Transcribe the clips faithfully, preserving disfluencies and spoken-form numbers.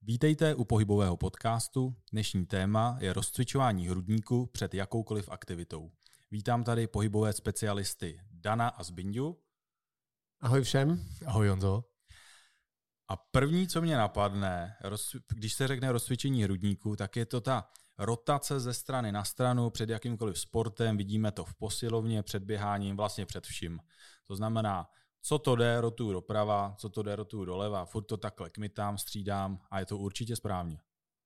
Vítejte u pohybového podcastu. Dnešní téma je rozcvičování hrudníku před jakoukoliv aktivitou. Vítám tady pohybové specialisty Dana a Zbindu. Ahoj všem. Ahoj Honzo. A první, co mě napadne, když se řekne rozcvičení hrudníku, tak je to ta rotace ze strany na stranu před jakýmkoliv sportem. Vidíme to v posilovně, před běháním, vlastně před vším. To znamená, co to jde, rotuju doprava, co to jde, rotuju doleva, furt to takhle kmitám, střídám a je to určitě správně.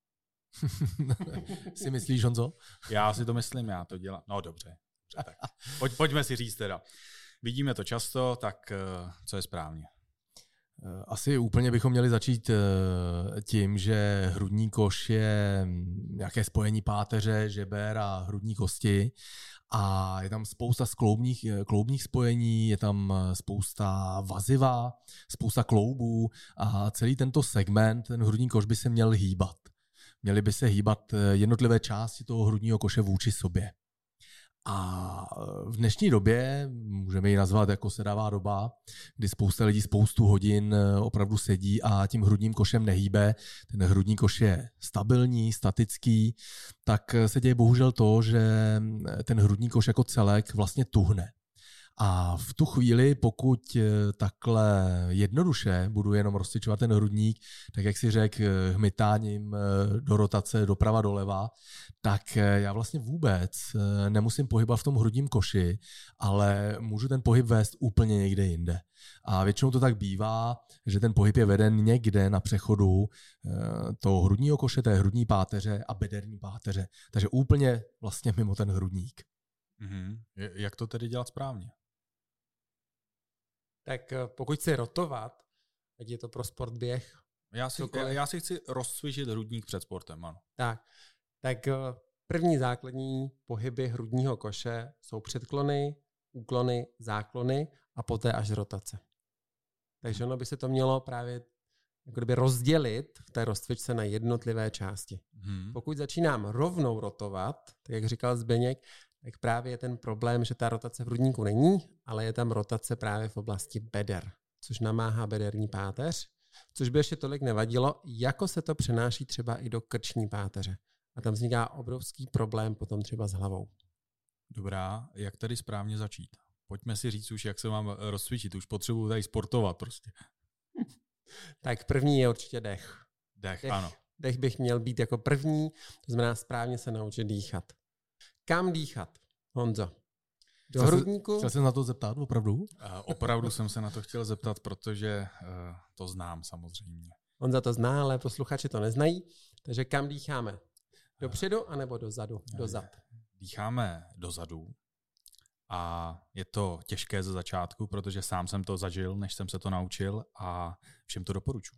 Si myslíš, Honzo? Já si to myslím, já to dělám. No dobře, dobře tak. Pojď, pojďme si říct teda. Vidíme to často, tak co je správně? Asi úplně bychom měli začít tím, že hrudní koš je nějaké spojení páteře, žeber a hrudní kosti a je tam spousta skloubních, kloubních spojení, je tam spousta vaziva, spousta kloubů a celý tento segment, ten hrudní koš by se měl hýbat. Měly by se hýbat jednotlivé části toho hrudního koše vůči sobě. A v dnešní době, můžeme ji nazvat jako sedavá doba, kdy spousta lidí spoustu hodin opravdu sedí a tím hrudním košem nehýbe, ten hrudní koš je stabilní, statický, tak se děje bohužel to, že ten hrudní koš jako celek vlastně tuhne. A v tu chvíli, pokud takhle jednoduše budu jenom rozcvičovat ten hrudník, tak jak si řekl, hmytáním do rotace doprava doleva, tak já vlastně vůbec nemusím pohybovat v tom hrudním koši, ale můžu ten pohyb vést úplně někde jinde. A většinou to tak bývá, že ten pohyb je veden někde na přechodu toho hrudního koše, té hrudní páteře a bederní páteře. Takže úplně vlastně mimo ten hrudník. Mm-hmm. Jak to tedy dělat správně? Tak pokud chci rotovat, ať je to pro sport běh. Já si, já si chci rozcvičit hrudník před sportem, ano. Tak, tak první základní pohyby hrudního koše jsou předklony, úklony, záklony a poté až rotace. Takže ono by se to mělo právě jako kdyby rozdělit v té rozcvičce na jednotlivé části. Hmm. Pokud začínám rovnou rotovat, tak jak říkal Zbyněk, tak právě je ten problém, že ta rotace v hrudníku není, ale je tam rotace právě v oblasti beder, což namáhá bederní páteř, což by ještě tolik nevadilo, jako se to přenáší třeba i do krční páteře. A tam vzniká obrovský problém potom třeba s hlavou. Dobrá, jak tady správně začít? Pojďme si říct už, jak se mám rozcvičit. Už potřebuji tady sportovat prostě. Tak první je určitě dech. Dech, dech. ano. Dech bych měl být jako první, to znamená správně se naučit dýchat. Kam dýchat, Honzo? Do hrudníku? Chtěl jsem na to zeptat, opravdu? Uh, opravdu jsem se na to chtěl zeptat, protože uh, to znám samozřejmě. Honza to zná, ale posluchači to neznají. Takže kam dýcháme? Dopředu anebo dozadu? Dozad. Dýcháme dozadu a je to těžké ze začátku, protože sám jsem to zažil, než jsem se to naučil a všem to doporučuji.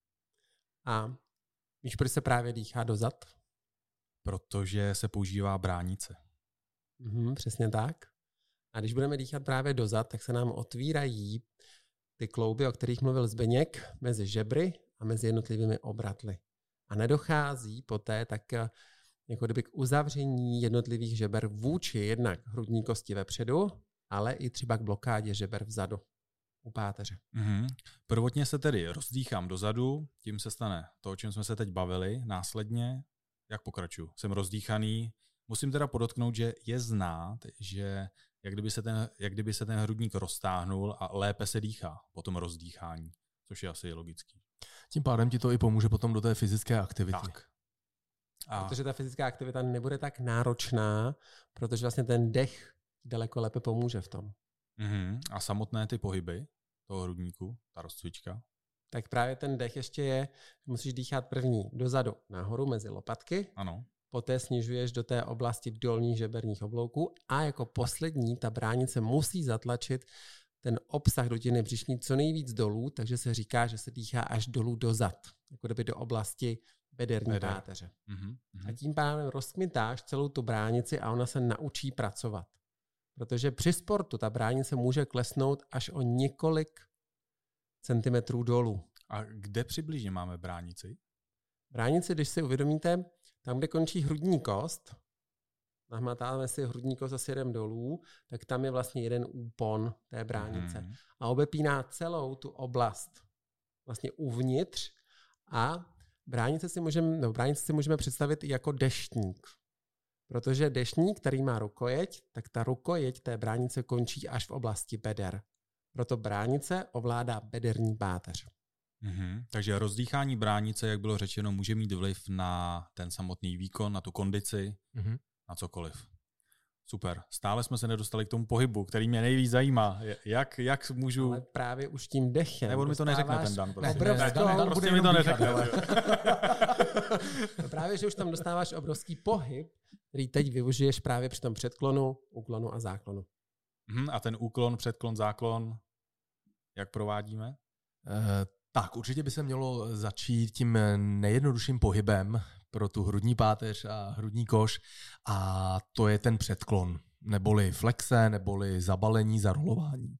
A víš, proč se právě dýchá dozad? Protože se používá bránice. Mhm, přesně tak. A když budeme dýchat právě dozad, tak se nám otvírají ty klouby, o kterých mluvil Zbyněk, mezi žebry a mezi jednotlivými obratly. A nedochází poté tak jako kdyby k uzavření jednotlivých žeber vůči jednak hrudní kosti vepředu, ale i třeba k blokádě žeber vzadu u páteře. Mm-hmm. Prvotně se tedy rozdýchám dozadu, tím se stane to, o čem jsme se teď bavili, následně jak pokračuju? Jsem rozdýchaný. Musím teda podotknout, že je znát, že jak kdyby se ten, jak kdyby se ten hrudník roztáhnul a lépe se dýchá po tom rozdýchání, což je asi logický. Tím pádem ti to i pomůže potom do té fyzické aktivity. Tak. A... Protože ta fyzická aktivita nebude tak náročná, protože vlastně ten dech daleko lépe pomůže v tom. Mm-hmm. A samotné ty pohyby toho hrudníku, ta rozcvička? Tak právě ten dech ještě je, musíš dýchat první dozadu nahoru mezi lopatky, ano. Poté snižuješ do té oblasti dolních žeberních oblouků a jako poslední ta bránice musí zatlačit ten obsah dutiny břišní co nejvíc dolů, takže se říká, že se dýchá až dolů dozad, jako kdyby do oblasti bederní Beder. páteře. Mm-hmm. A tím pádem rozkmitáš celou tu bránici a ona se naučí pracovat. Protože při sportu ta bránice může klesnout až o několik centimetrů dolů. A kde přibližně máme bránici? Bránici, když si uvědomíte, tam, kde končí hrudní kost, nahmatáme si hrudní kost asi jdem dolů, tak tam je vlastně jeden úpon té bránice. Mm. A obepíná celou tu oblast vlastně uvnitř a Bránice si můžeme, no, bránice si můžeme představit i jako deštník. Protože deštník, který má rukojeť, tak ta rukojeť té bránice končí až v oblasti beder. Proto bránice ovládá bederní páteř. Mm-hmm. Takže rozdýchání bránice, jak bylo řečeno, může mít vliv na ten samotný výkon, na tu kondici, mm-hmm. na cokoliv. Super. Stále jsme se nedostali k tomu pohybu, který mě nejvíc zajímá. Jak, jak můžu... Ale právě už tím dechem. Nebo mi to neřekne ten Dan. Prostě, obrovskou... ne, Dan, Dan prostě mi to neřekne. No právě, že už tam dostáváš obrovský pohyb, který teď využiješ právě při tom předklonu, úklonu a záklonu. Mm, a ten úklon, předklon, záklon, jak provádíme? E, tak, určitě by se mělo začít tím nejjednodušším pohybem pro tu hrudní páteř a hrudní koš a to je ten předklon, neboli flexe, neboli zabalení, zarolování.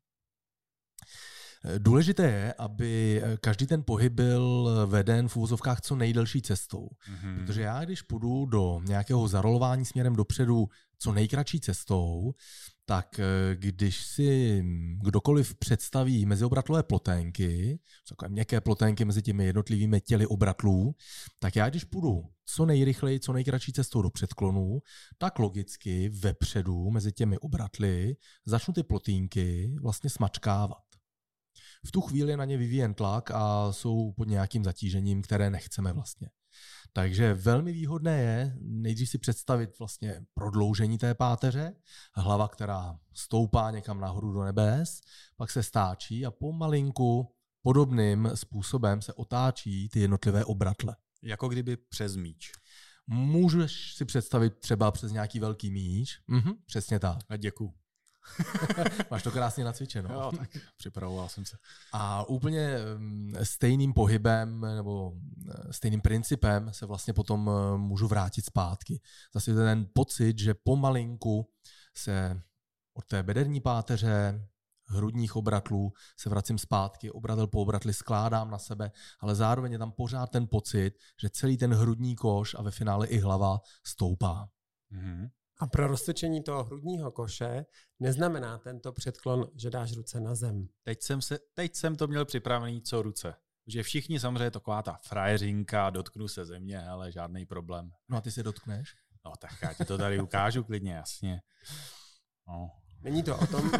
Důležité je, aby každý ten pohyb byl veden v uvozovkách co nejdelší cestou. Mm-hmm. Protože já, když půjdu do nějakého zarolování směrem dopředu co nejkratší cestou, tak když si kdokoliv představí meziobratlové ploténky, takové měkké ploténky mezi těmi jednotlivými těly obratlů, tak já, když půjdu co nejrychleji, co nejkratší cestou do předklonu, tak logicky vepředu mezi těmi obratly začnu ty plotínky vlastně smačkávat. V tu chvíli na ně vyvíjen tlak a jsou pod nějakým zatížením, které nechceme vlastně. Takže velmi výhodné je nejdřív si představit vlastně prodloužení té páteře, hlava, která stoupá někam nahoru do nebes, pak se stáčí a pomalinku podobným způsobem se otáčí ty jednotlivé obratle. Jako kdyby přes míč. Můžeš si představit třeba přes nějaký velký míč. Mhm, přesně tak. A děkuju. Máš to krásně nacvičeno. Jo, tak připravoval jsem se. A úplně stejným pohybem nebo stejným principem se vlastně potom můžu vrátit zpátky. Zase ten pocit, že pomalinku se od té bederní páteře, hrudních obratlů se vracím zpátky, obratel po obratli skládám na sebe, ale zároveň je tam pořád ten pocit, že celý ten hrudní koš a ve finále i hlava stoupá. Mm-hmm. A pro roztočení toho hrudního koše neznamená tento předklon, že dáš ruce na zem. Teď jsem, se, teď jsem to měl připravený, co ruce. Že všichni samozřejmě taková ta frajeřinka, dotknu se země, ale žádný problém. No a ty se dotkneš? No tak já ti to tady ukážu klidně, jasně. No. Není to o tom,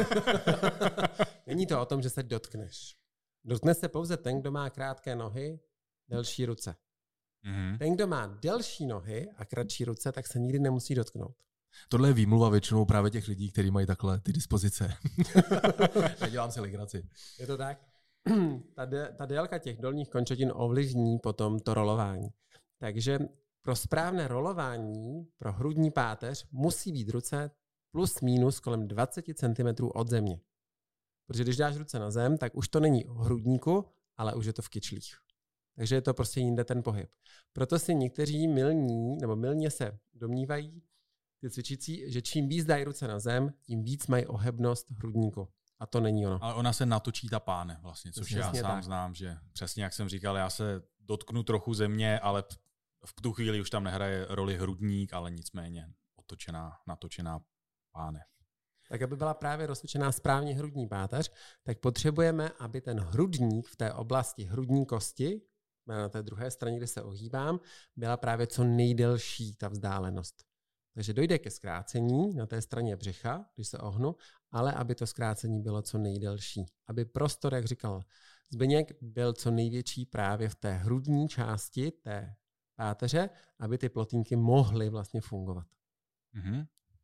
není to o tom, že se dotkneš. Dotkne se pouze ten, kdo má krátké nohy, delší ruce. Mm-hmm. Ten, kdo má delší nohy a kratší ruce, tak se nikdy nemusí dotknout. Tohle je výmluva většinou právě těch lidí, kteří mají takhle ty dispozice. Nedělám si legraci. Je to tak? ta, de, ta délka těch dolních končetin ovlivní potom to rolování. Takže pro správné rolování, pro hrudní páteř, musí být ruce plus minus kolem dvacet centimetrů od země. Protože když dáš ruce na zem, tak už to není v hrudníku, ale už je to v kyčlích. Takže je to prostě jinde ten pohyb. Proto si někteří mylní, nebo mylně se domnívají, ty cvičící, že čím víc dají ruce na zem, tím víc mají ohebnost hrudníku. A to není ono. Ale ona se natočí ta páne vlastně, což já sám tak. znám, že přesně jak jsem říkal, já se dotknu trochu země, ale v tu chvíli už tam nehraje roli hrudník, ale nicméně otočená, natočená páne. Tak aby byla právě rozcvičená správně hrudní páteř, tak potřebujeme, aby ten hrudník v té oblasti hrudní kosti, na té druhé straně, kde se ohýbám, byla právě co nejdelší ta vzdálenost. Takže dojde ke zkrácení na té straně břicha, když se ohnu, ale aby to zkrácení bylo co nejdelší. Aby prostor, jak říkal Zbyněk, byl co největší právě v té hrudní části té páteře, aby ty plotínky mohly vlastně fungovat. Mm-hmm.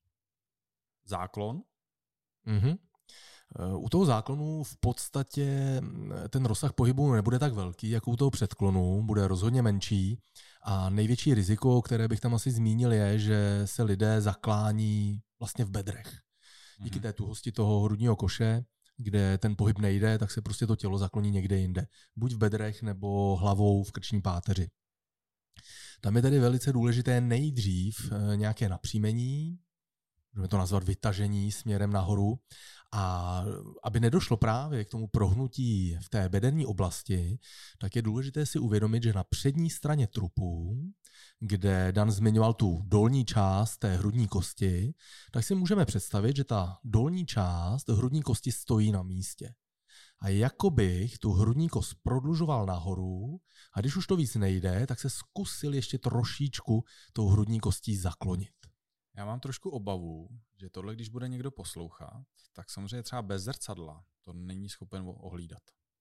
Záklon? Mm-hmm. U toho záklonu v podstatě ten rozsah pohybu nebude tak velký, jako u toho předklonu, bude rozhodně menší a největší riziko, které bych tam asi zmínil, je, že se lidé zaklání vlastně v bedrech. Díky té tuhosti toho hrudního koše, kde ten pohyb nejde, tak se prostě to tělo zakloní někde jinde. Buď v bedrech nebo hlavou v krční páteři. Tam je tedy velice důležité nejdřív nějaké napřímení, můžeme to nazvat vytažení směrem nahoru, a aby nedošlo právě k tomu prohnutí v té bederní oblasti, tak je důležité si uvědomit, že na přední straně trupu, kde Dan zmiňoval tu dolní část té hrudní kosti, tak si můžeme představit, že ta dolní část hrudní kosti stojí na místě. a jako bych tu hrudní kost prodlužoval nahoru a když už to víc nejde, tak se zkusil ještě trošičku tou hrudní kostí zaklonit. Já mám trošku obavu, že tohle, když bude někdo poslouchat, tak samozřejmě třeba bez zrcadla to není schopen ohlídat.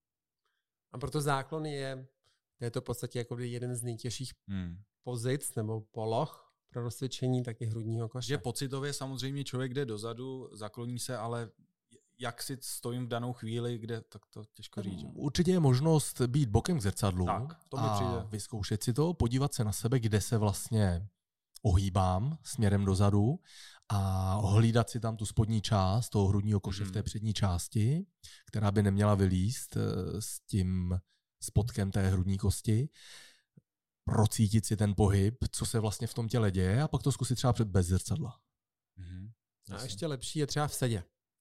A proto záklon je to je to v podstatě jako jeden z nejtěžších hmm. pozic nebo poloh pro rozcvičení taky hrudního koše. Že pocitově samozřejmě člověk jde dozadu, zakloní se, ale jak si stojím v danou chvíli, kde, tak to těžko říct. Určitě je možnost být bokem k zrcadlu tak, to mi a přijde. vyzkoušet si to, podívat se na sebe, kde se vlastně ohýbám směrem dozadu a ohlídat si tam tu spodní část toho hrudního koše hmm. v té přední části, která by neměla vylízt s tím spodkem té hrudní kosti, procítit si ten pohyb, co se vlastně v tom těle děje a pak to zkusit třeba před bez zrcadla. Hmm. A ještě lepší je třeba v sedě.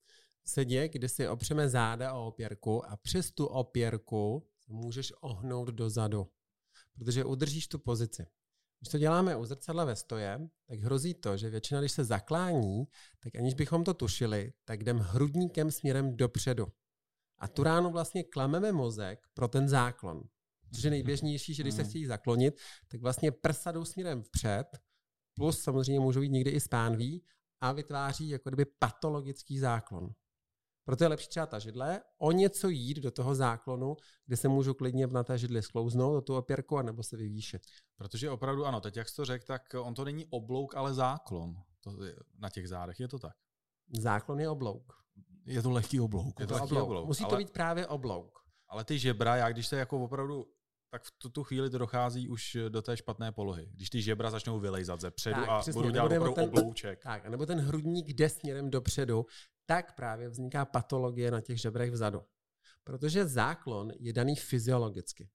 V sedě, kdy si opřeme záda o opěrku a přes tu opěrku můžeš ohnout dozadu, protože udržíš tu pozici. Když to děláme u zrcadla ve stoje, tak hrozí to, že většina, když se zaklání, tak aniž bychom to tušili, tak jdem hrudníkem směrem dopředu. A tu ránu vlastně klameme mozek pro ten záklon. Což je nejběžnější, že když se chtějí zaklonit, tak vlastně prsa jdou směrem vpřed, plus samozřejmě můžou jít někdy i spánví a vytváří jako kdyby patologický záklon. Proto je lepší třeba ta židle, o něco jít do toho záklonu, kde se můžu klidně na té židli sklouznout do tu opěrku anebo se vyvýšit. Protože opravdu ano, teď jak jsi to řekl, tak on to není oblouk, ale záklon to je, na těch zádech, je to tak? Záklon je oblouk. Je to lehký oblouk. Je to lehký oblouk. oblouk. Musí ale, to být právě oblouk. Ale ty žebra, já když se jako opravdu, tak v tuto chvíli to dochází už do té špatné polohy. Když ty žebra začnou vylejzat ze předu tak, a přesně, budou dělat opravdu ten, oblouček. Tak, nebo ten hrudník jde směrem dopředu, tak právě vzniká patologie na těch žebrech vzadu. Protože záklon je daný fyziologicky.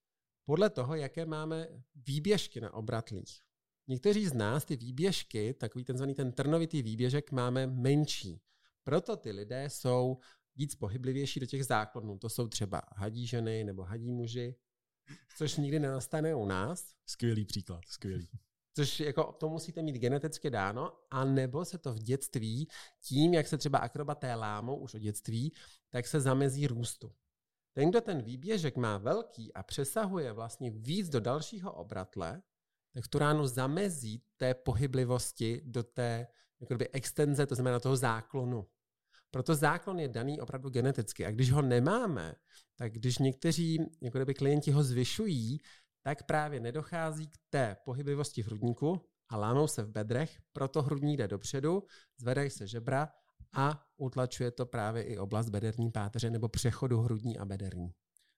Podle toho, jaké máme výběžky na obratlích. Někteří z nás ty výběžky, takový tenzvaný ten trnovitý výběžek, máme menší. Proto ty lidé jsou víc pohyblivější do těch záklonů. To jsou třeba hadí ženy nebo hadí muži, což nikdy nenastane u nás. Skvělý příklad, skvělý. Což jako to musíte mít geneticky dáno, anebo se to v dětství, tím, jak se třeba akrobaté lámou už od dětství, tak se zamezí růstu. Ten, kdo ten výběžek má velký a přesahuje vlastně víc do dalšího obratle, tak tu ránu zamezí té pohyblivosti do té jako kdyby extenze, to znamená toho záklonu. Proto záklon je daný opravdu geneticky. A když ho nemáme, tak když někteří jako kdyby klienti ho zvyšují, tak právě nedochází k té pohyblivosti v hrudníku a lámou se v bedrech, proto hrudník jde dopředu, zvedají se žebra a utlačuje to právě i oblast bederní páteře nebo přechodu hrudní a bederní.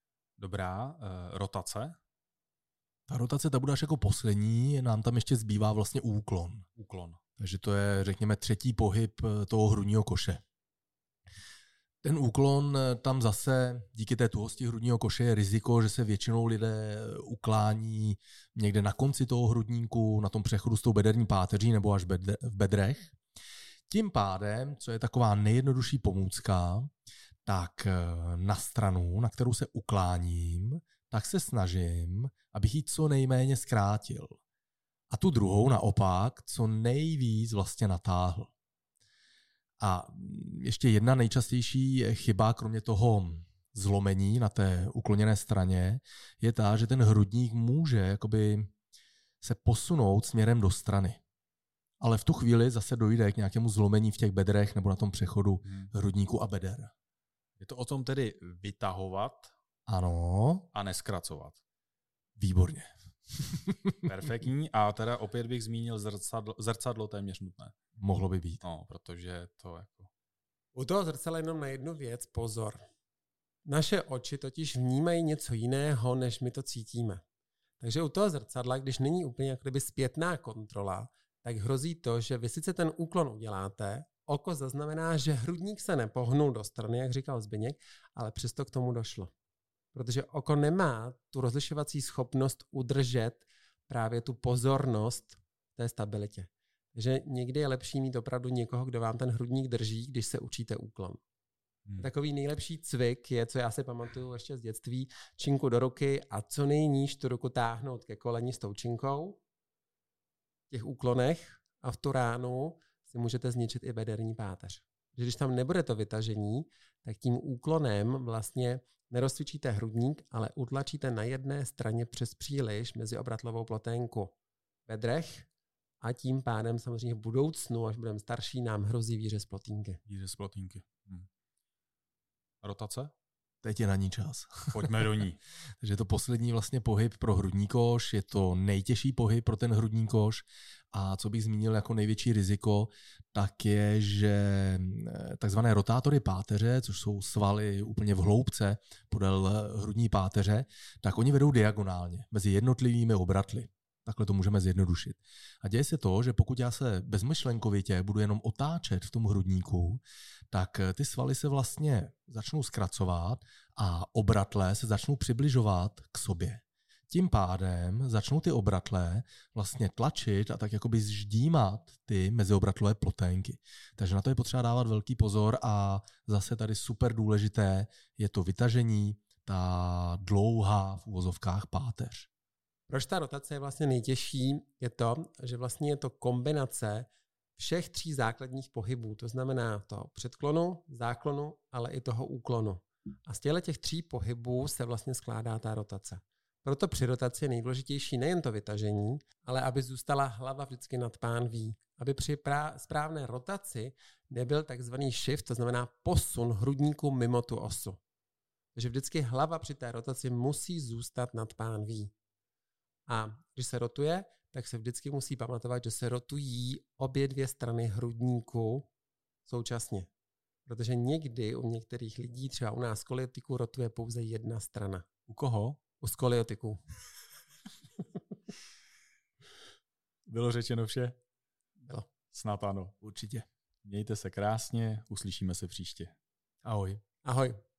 Dobrá, uh, rotace? Ta rotace, ta bude až jako poslední, nám tam ještě zbývá vlastně úklon. Úklon. Takže to je, řekněme, třetí pohyb toho hrudního koše. Ten úklon tam zase, díky té tuhosti hrudního koše, je riziko, že se většinou lidé uklání někde na konci toho hrudníku, na tom přechodu s tou bederní páteří nebo až v bedrech. Tím pádem, co je taková nejjednodušší pomůcka, tak na stranu, na kterou se ukláním, tak se snažím, abych ji co nejméně zkrátil. A tu druhou naopak, co nejvíc vlastně natáhl. A ještě jedna nejčastější chyba, kromě toho zlomení na té ukloněné straně, je ta, že ten hrudník může jakoby se posunout směrem do strany. Ale v tu chvíli zase dojde k nějakému zlomení v těch bedrech nebo na tom přechodu hmm. hrudníku a beder. Je to o tom tedy vytahovat ano. a neskracovat. Výborně. Perfektní. A teda opět bych zmínil zrcadlo, zrcadlo téměř nutné. Mohlo by být. No, protože to jako... U toho zrcadla jenom na jednu věc pozor. Naše oči totiž vnímají něco jiného, než my to cítíme. Takže u toho zrcadla, když není úplně jako kdyby zpětná kontrola, tak hrozí to, že vy sice ten úklon uděláte, oko zaznamená, že hrudník se nepohnul do strany, jak říkal Zbyněk, ale přesto k tomu došlo. Protože oko nemá tu rozlišovací schopnost udržet právě tu pozornost v té stabilitě. Takže někdy je lepší mít opravdu někoho, kdo vám ten hrudník drží, když se učíte úklon. Hmm. Takový nejlepší cvik je, co já si pamatuju ještě z dětství, činku do ruky a co nejníž tu ruku táhnout ke koleni s tou činkou v těch úklonech a v tu ránu si můžete zničit i bederní páteř. že když tam nebude to vytažení, tak tím úklonem vlastně nerozcvičíte hrudník, ale utlačíte na jedné straně přes příliš mezi obratlovou ploténku v bedrech a tím pádem samozřejmě v budoucnu, až budeme starší, nám hrozí výřez plotínky. Výřez plotínky. Hm. Rotace? Teď je na ní čas. Pojďme do ní. Takže je to poslední vlastně pohyb pro hrudní koš, je to nejtěžší pohyb pro ten hrudní koš a co bych zmínil jako největší riziko, tak je, že takzvané rotátory páteře, což jsou svaly úplně v hloubce podél hrudní páteře, tak oni vedou diagonálně mezi jednotlivými obratly. Takhle to můžeme zjednodušit. A děje se to, že pokud já se bezmyšlenkovitě budu jenom otáčet v tom hrudníku, tak ty svaly se vlastně začnou zkracovat a obratlé se začnou přibližovat k sobě. Tím pádem začnou ty obratlé vlastně tlačit a tak jakoby ždímat ty meziobratlové ploténky. Takže na to je potřeba dávat velký pozor a zase tady super důležité je to vytažení, ta dlouhá v uvozovkách páteř. Proč ta rotace je vlastně nejtěžší, je to, že vlastně je to kombinace všech tří základních pohybů, to znamená toho předklonu, záklonu, ale i toho úklonu. A z těch tří pohybů se vlastně skládá ta rotace. Proto při rotaci je nejdůležitější nejen to vytažení, ale aby zůstala hlava vždycky nad pánví. Aby při prá- správné rotaci nebyl takzvaný shift, to znamená posun hrudníku mimo tu osu. Takže vždycky hlava při té rotaci musí zůstat nad pánví. A když se rotuje, tak se vždycky musí pamatovat, že se rotují obě dvě strany hrudníku současně. Protože někdy u některých lidí, třeba u nás skoliotiků, rotuje pouze jedna strana. U koho? U skoliotiků. Bylo řečeno vše? Bylo. Snad ano. Určitě. Mějte se krásně, uslyšíme se příště. Ahoj. Ahoj.